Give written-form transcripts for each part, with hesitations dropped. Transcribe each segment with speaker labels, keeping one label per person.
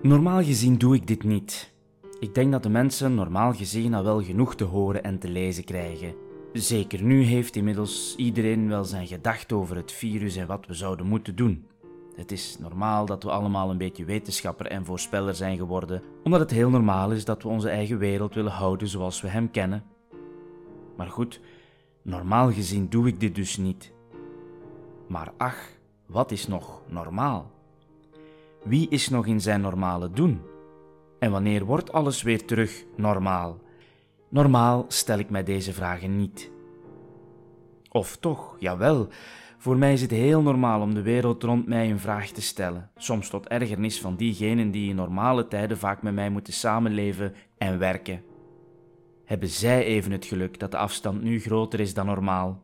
Speaker 1: Normaal gezien doe ik dit niet. Ik denk dat de mensen normaal gezien al wel genoeg te horen en te lezen krijgen. Zeker nu heeft inmiddels iedereen wel zijn gedachten over het virus en wat we zouden moeten doen. Het is normaal dat we allemaal een beetje wetenschapper en voorspeller zijn geworden, omdat het heel normaal is dat we onze eigen wereld willen houden zoals we hem kennen. Maar goed, normaal gezien doe ik dit dus niet. Maar ach, wat is nog normaal? Wie is nog in zijn normale doen? En wanneer wordt alles weer terug normaal? Normaal stel ik mij deze vragen niet. Of toch, jawel, voor mij is het heel normaal om de wereld rond mij in vraag te stellen, soms tot ergernis van diegenen die in normale tijden vaak met mij moeten samenleven en werken. Hebben zij even het geluk dat de afstand nu groter is dan normaal?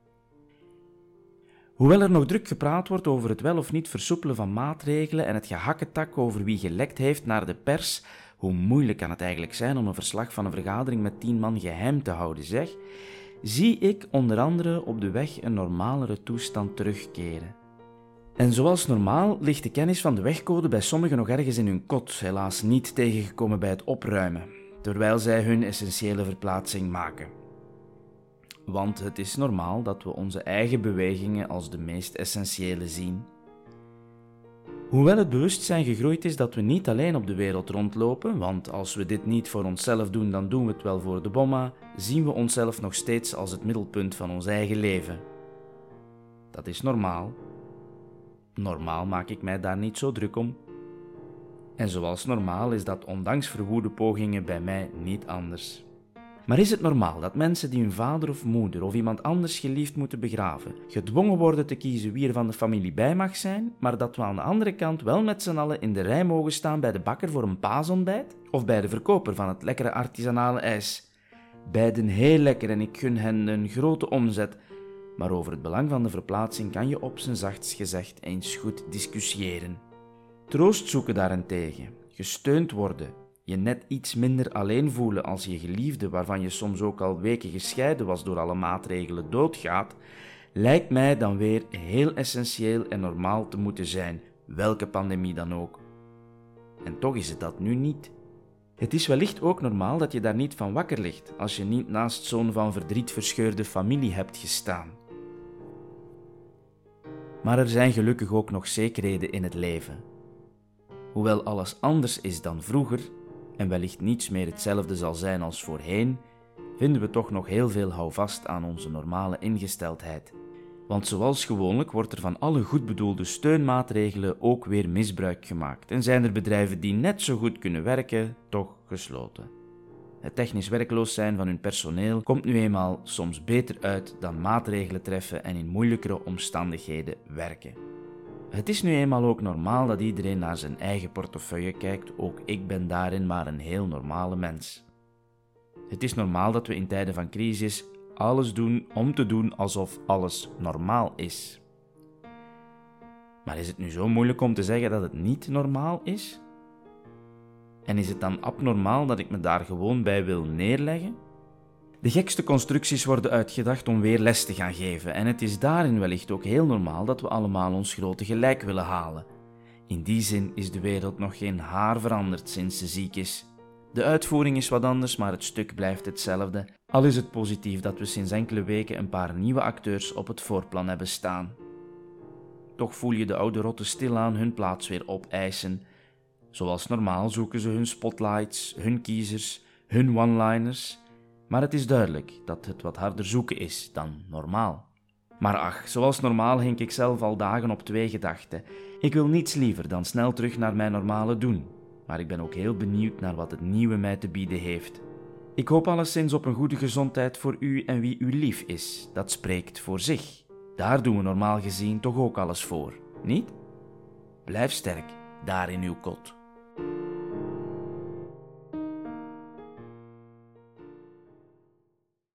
Speaker 1: Hoewel er nog druk gepraat wordt over het wel of niet versoepelen van maatregelen en het gehakketak over wie gelekt heeft naar de pers, hoe moeilijk kan het eigenlijk zijn om een verslag van een vergadering met 10 man geheim te houden, zeg, zie ik onder andere op de weg een normalere toestand terugkeren. En zoals normaal ligt de kennis van de wegcode bij sommigen nog ergens in hun kot, helaas niet tegengekomen bij het opruimen, terwijl zij hun essentiële verplaatsing maken. Want het is normaal dat we onze eigen bewegingen als de meest essentiële zien. Hoewel het bewustzijn gegroeid is dat we niet alleen op de wereld rondlopen, want als we dit niet voor onszelf doen, dan doen we het wel voor de bomma, zien we onszelf nog steeds als het middelpunt van ons eigen leven. Dat is normaal. Normaal maak ik mij daar niet zo druk om. En zoals normaal is dat ondanks verwoede pogingen bij mij niet anders. Maar is het normaal dat mensen die hun vader of moeder of iemand anders geliefd moeten begraven, gedwongen worden te kiezen wie er van de familie bij mag zijn, maar dat we aan de andere kant wel met z'n allen in de rij mogen staan bij de bakker voor een paasontbijt? Of bij de verkoper van het lekkere artisanale ijs? Beiden heel lekker en ik gun hen een grote omzet, maar over het belang van de verplaatsing kan je op zijn zachtst gezegd eens goed discussiëren. Troost zoeken daarentegen, gesteund worden, je net iets minder alleen voelen als je geliefde, waarvan je soms ook al weken gescheiden was door alle maatregelen, doodgaat, lijkt mij dan weer heel essentieel en normaal te moeten zijn, welke pandemie dan ook. En toch is het dat nu niet. Het is wellicht ook normaal dat je daar niet van wakker ligt, als je niet naast zo'n van verdriet verscheurde familie hebt gestaan. Maar er zijn gelukkig ook nog zekerheden in het leven. Hoewel alles anders is dan vroeger, en wellicht niets meer hetzelfde zal zijn als voorheen, vinden we toch nog heel veel houvast aan onze normale ingesteldheid. Want zoals gewoonlijk wordt er van alle goed bedoelde steunmaatregelen ook weer misbruik gemaakt en zijn er bedrijven die net zo goed kunnen werken, toch gesloten. Het technisch werkloos zijn van hun personeel komt nu eenmaal soms beter uit dan maatregelen treffen en in moeilijkere omstandigheden werken. Het is nu eenmaal ook normaal dat iedereen naar zijn eigen portefeuille kijkt, ook ik ben daarin maar een heel normale mens. Het is normaal dat we in tijden van crisis alles doen om te doen alsof alles normaal is. Maar is het nu zo moeilijk om te zeggen dat het niet normaal is? En is het dan abnormaal dat ik me daar gewoon bij wil neerleggen? De gekste constructies worden uitgedacht om weer les te gaan geven en het is daarin wellicht ook heel normaal dat we allemaal ons grote gelijk willen halen. In die zin is de wereld nog geen haar veranderd sinds ze ziek is. De uitvoering is wat anders, maar het stuk blijft hetzelfde, al is het positief dat we sinds enkele weken een paar nieuwe acteurs op het voorplan hebben staan. Toch voel je de oude rotten stilaan hun plaats weer opeisen. Zoals normaal zoeken ze hun spotlights, hun kiezers, hun one-liners. Maar het is duidelijk dat het wat harder zoeken is dan normaal. Maar ach, zoals normaal hink ik zelf al dagen op 2 gedachten. Ik wil niets liever dan snel terug naar mijn normale doen. Maar ik ben ook heel benieuwd naar wat het nieuwe mij te bieden heeft. Ik hoop alleszins op een goede gezondheid voor u en wie u lief is. Dat spreekt voor zich. Daar doen we normaal gezien toch ook alles voor, niet? Blijf sterk, daar in uw kot.